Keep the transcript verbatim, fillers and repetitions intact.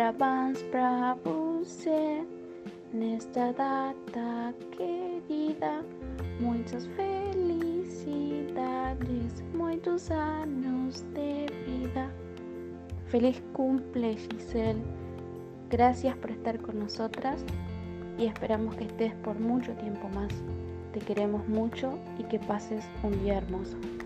Parabans pra você nesta data querida. Muitas felicidades, muitos años de vida. Feliz cumple, Giselle. Gracias por estar con nosotras y esperamos que estés por mucho tiempo más. Te queremos mucho y que pases un día hermoso.